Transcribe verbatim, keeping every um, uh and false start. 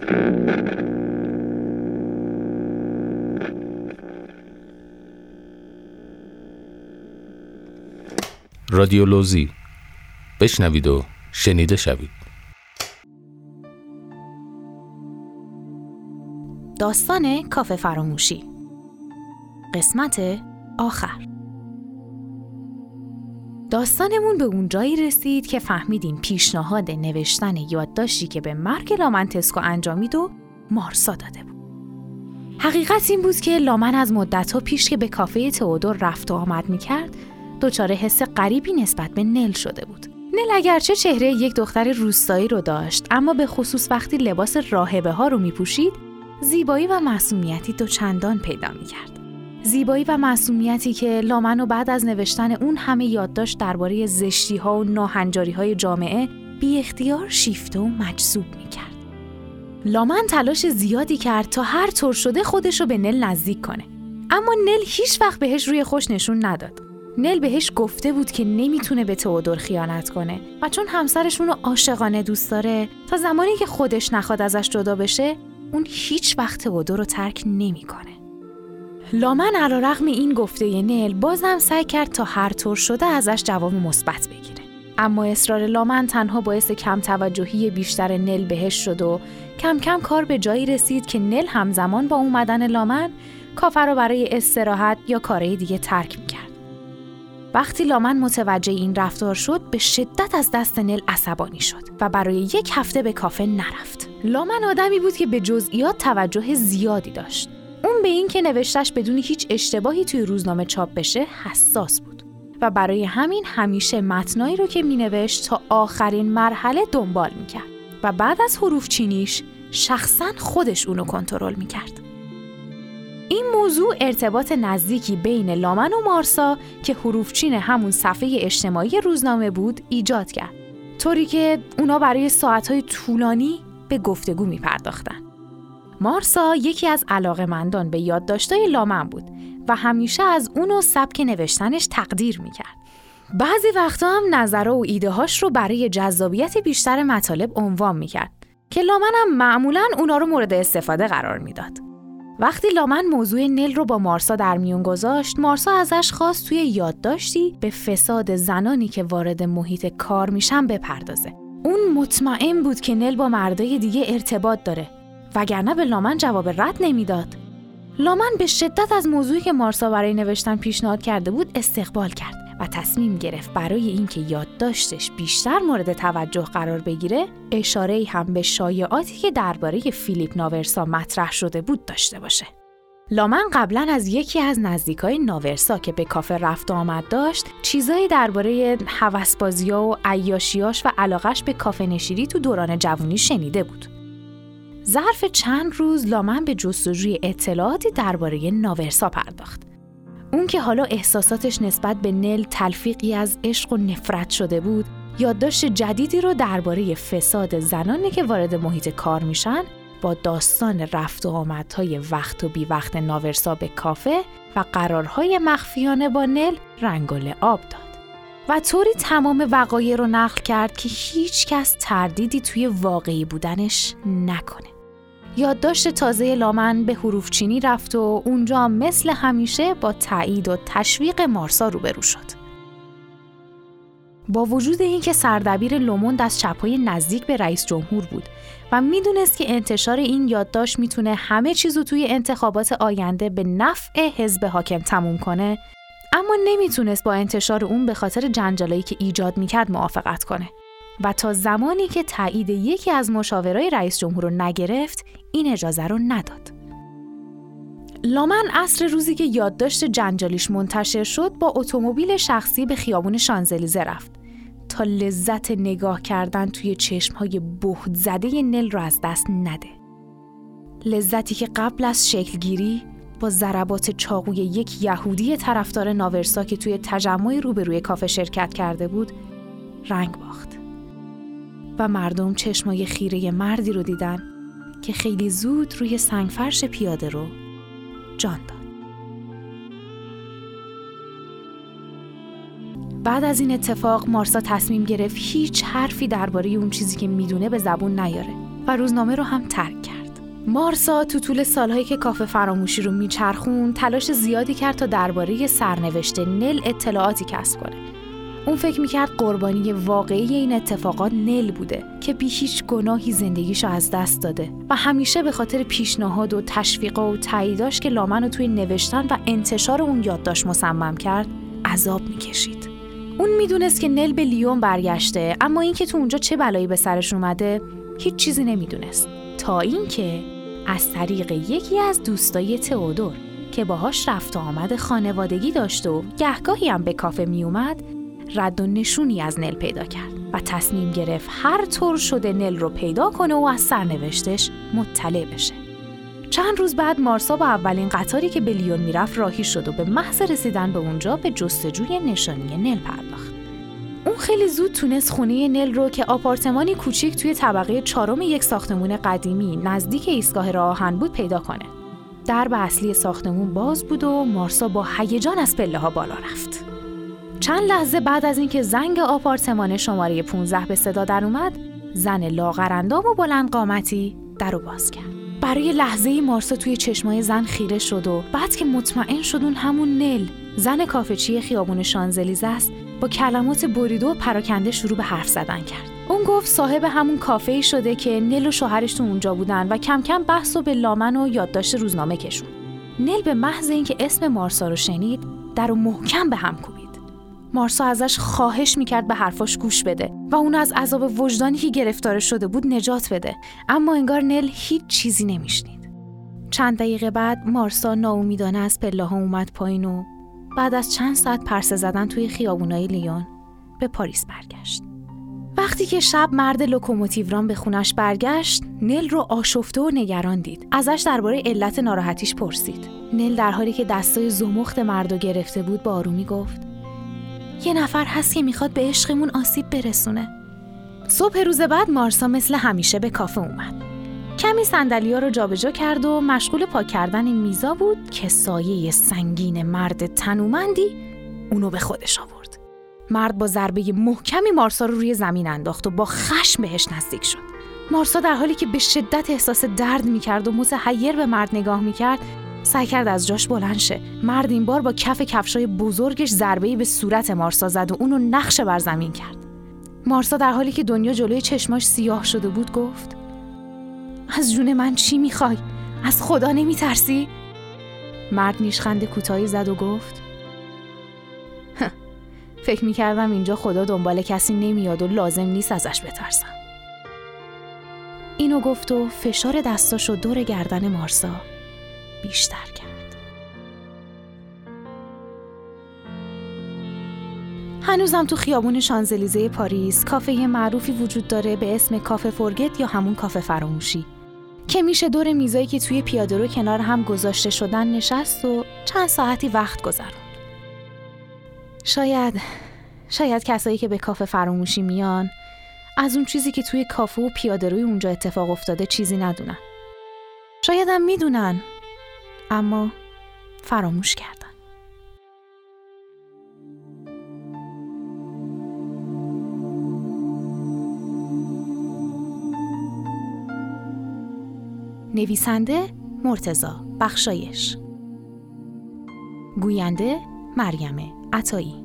رادیولوژی، بشنوید و شنیده شوید. داستان کافه فراموشی، قسمت آخر. داستانمون به اون جایی رسید که فهمیدیم پیشنهاد نوشتن یادداشتی که به مرگ لامنتسکو انجامید و مارسا داده بود. حقیقت این بود که لامن از مدت‌ها پیش که به کافه تئودور رفت و آمد می‌کرد، دچار حس غریبی نسبت به نل شده بود. نل اگرچه چهره یک دختر روستایی رو داشت، اما به خصوص وقتی لباس راهبه‌ها رو می‌پوشید، زیبایی و معصومیتی دوچندان پیدا می‌کرد. زیبایی و معصومیتی که لامن بعد از نوشتن اون همه یادداشت درباره زشتی‌ها و ناهنجاری‌های جامعه بی اختیار شیفته و مجذوب می‌کرد. لامن تلاش زیادی کرد تا هر طور شده خودش رو به نل نزدیک کنه، اما نل هیچ وقت بهش روی خوش نشون نداد. نل بهش گفته بود که نمیتونه به تئودور خیانت کنه و چون همسرش اونو عاشقانه دوست داره، تا زمانی که خودش نخواد ازش جدا بشه، اون هیچ وقت تئودور رو ترک نمیکنه. لامن علیرغم این گفته نل بازم سعی کرد تا هر طور شده ازش جواب مثبت بگیره. اما اصرار لامن تنها باعث کم توجهی بیشتر نل بهش شد و کم کم کار به جایی رسید که نل همزمان با اومدن لامن کافه رو برای استراحت یا کارهای دیگه ترک میکرد. وقتی لامن متوجه این رفتار شد، به شدت از دست نل عصبانی شد و برای یک هفته به کافه نرفت. لامن آدمی بود که به جزئیات توجه زیادی داشت. اون به این که نوشتش بدون هیچ اشتباهی توی روزنامه چاپ بشه حساس بود و برای همین همیشه متنایی رو که مینوشت تا آخرین مرحله دنبال میکرد و بعد از حروف چینیش شخصاً خودش اونو کنترل میکرد. این موضوع ارتباط نزدیکی بین لامن و مارسا که حروفچین همون صفحه اجتماعی روزنامه بود ایجاد کرد، طوری که اونا برای ساعتهای طولانی به گفتگو می پرداختن. مارسا یکی از علاقه‌مندان به یادداشت‌های لامن بود و همیشه از اون و سبک نوشتنش تقدیر می کرد. بعضی وقتا هم نظرها و ایده‌هاش رو برای جذابیت بیشتر مطالب عنوان می کرد که لامن هم معمولاً اونا رو مورد استفاده قرار می داد. وقتی لامن موضوع نل رو با مارسا در میون گذاشت، مارسا ازش خواست توی یادداشتی به فساد زنانی که وارد محیط کار میشن بپردازه. اون مطمئن بود که نل با مردای دیگه ارتباط داره، وگرنه به لامن جواب رد نمیداد. لامن به شدت از موضوعی که مارسا برای نوشتن پیشنهاد کرده بود استقبال کرد و تصمیم گرفت برای اینکه یادداشتش بیشتر مورد توجه قرار بگیره، اشاره‌ای هم به شایعاتی که درباره فیلیپ ناورسا مطرح شده بود داشته باشه. لامن قبلا از یکی از نزدیکای ناورسا که به کافه رفت و آمد داشت، چیزایی درباره هوسبازی‌ها و عیاشیاش و علاقش به کافه نشینی تو دوران جوانی شنیده بود. ظرف چند روز لامن به جستجوی اطلاعاتی درباره ناورسا پرداخت. اون که حالا احساساتش نسبت به نل تلفیقی از عشق و نفرت شده بود، یادداشت جدیدی رو درباره فساد زنانی که وارد محیط کار میشن با داستان رفت و آمدهای وقت و بی وقت ناورسا به کافه و قرارهای مخفیانه با نل رنگ و لعاب داد و طوری تمام وقایع رو نقل کرد که هیچ کس تردیدی توی واقعی بودنش نکنه. یادداشت تازه لامن به حروف چینی رفت و اونجا مثل همیشه با تایید و تشویق مارسا روبرو شد. با وجود اینکه سردبیر لوموند از چپ‌های نزدیک به رئیس جمهور بود و میدونست که انتشار این یادداشت میتونه همه چیزو توی انتخابات آینده به نفع حزب حاکم تموم کنه، اما نمیتونست با انتشار اون به خاطر جنجالایی که ایجاد میکرد موافقت کنه و تا زمانی که تایید یکی از مشاورای رئیس جمهور رو نگرفت این اجازه رو نداد. لامن عصر روزی که یادداشت جنجالیش منتشر شد با اتومبیل شخصی به خیابون شانزلیزه رفت تا لذت نگاه کردن توی چشمهای بهت زده نل رو از دست نده. لذتی که قبل از شکلگیری با ضربات چاقوی یک یهودی طرفدار ناورسا که توی تجمع روبروی کافه شرکت کرده بود رنگ باخت و مردم چشمای خیره مردی رو دیدن که خیلی زود روی سنگفرش پیاده رو جان داد. بعد از این اتفاق مارسا تصمیم گرفت هیچ حرفی درباره اون چیزی که میدونه به زبون نیاره و روزنامه رو هم ترک کرد. مارسا تو طول سالهایی که کافه فراموشی رو میچرخون تلاش زیادی کرد تا درباره سرنوشت نل اطلاعاتی کسب کنه. اون فکر میکرد قربانی واقعی این اتفاقات نل بوده که بی هیچ گناهی زندگیشو از دست داده و همیشه به خاطر پیشنهاد و تشویق و تاییداش که لامن رو توی نوشتن و انتشار اون یادداشت مصمم کرد عذاب میکشید. اون میدونست که نل به لیون برگشته، اما این که تو اونجا چه بلایی به سرش اومده هیچ چیزی نمیدونست، تا اینکه از طریق یکی از دوستای تئودور که باهاش رفت و آمد خانوادگی داشت و گهگاهی هم به کافه میومد رد و نشونی از نل پیدا کرد و تصمیم گرفت هر طور شده نل رو پیدا کنه و از سرنوشتش مطلع بشه. چند روز بعد مارسا با اولین قطاری که به لیون میرفت راهی شد و به محض رسیدن به اونجا به جستجوی نشانی نل پرداخت. اون خیلی زود تونست خونه نل رو که آپارتمانی کوچیک توی طبقه چهارم یک ساختمون قدیمی نزدیک ایستگاه راه آهن بود پیدا کنه. درب اصلی ساختمون باز بود و مارسا با هیجان از پله‌ها بالا رفت. چند لحظه بعد از اینکه زنگ آپارتمان شماره پانزده به صدا در اومد، زن لاغرندام و بلند قامتی در رو باز کرد. برای لحظه‌ای مارسا توی چشمای زن خیره شد و بعد که مطمئن شد اون همون نل، زن کافه‌چی خیابون شانزلیزه است، با کلمات بریده و پراکنده شروع به حرف زدن کرد. اون گفت صاحب همون کافه‌ای شده که نل و شوهرش تو اونجا بودن و کم کم بحث و به لامن و یادداشت روزنامه کشون. نل به محض اینکه اسم مارسا رو شنید، در رو محکم به هم کوبید. مارسا ازش خواهش میکرد به حرفاش گوش بده و اون از عذاب وجدانی که گرفتار شده بود نجات بده، اما انگار نل هیچ چیزی نمیشنید. چند دقیقه بعد مارسا ناامیدانه از پله‌ها اومد پایین و بعد از چند ساعت پرسه زدن توی خیابونای لیون به پاریس برگشت. وقتی که شب مرد لوکوموتیوران به خونش برگشت، نل رو آشفته و نگران دید. ازش درباره علت ناراحتیش پرسید. نل در حالی که دستای زمخت مردو گرفته بود با آرومی گفت: یه نفر هست که میخواد به عشقمون آسیب برسونه. صبح روز بعد مارسا مثل همیشه به کافه اومد. کمی صندلی‌ها رو جابجا کرد و مشغول پاک کردن این میزا بود که سایه سنگین مرد تنومندی اونو به خودش آورد. مرد با ضربه محکمی مارسا رو روی زمین انداخت و با خشم بهش نزدیک شد. مارسا در حالی که به شدت احساس درد میکرد و متحیر به مرد نگاه میکرد، سعی کرد از جاش بلند شه. مرد این بار با کف کفشای بزرگش ضربه‌ای به صورت مارسا زد و اونو نقش بر زمین کرد. مارسا در حالی که دنیا جلوی چشماش سیاه شده بود گفت: از جون من چی میخوای؟ از خدا نمیترسی؟ مرد نیشخند کوتاهی زد و گفت: فکر میکردم اینجا خدا دنبال کسی نمیاد و لازم نیست ازش بترسم. اینو گفت و فشار دستاشو دور گردن مارسا بیشتر کرد. هنوزم تو خیابون شانزلیزه پاریس کافه معروفی وجود داره به اسم کافه فورگت یا همون کافه فراموشی که میشه دور میزایی که توی پیاده‌رو کنار هم گذاشته شدن نشست و چند ساعتی وقت گذروند. شاید شاید کسایی که به کافه فراموشی میان از اون چیزی که توی کافه و پیاده‌روی اونجا اتفاق افتاده چیزی ندونن. شاید هم میدونن اما فراموش کردن. نویسنده مرتضی بخشایش، گوینده مریم عطایی.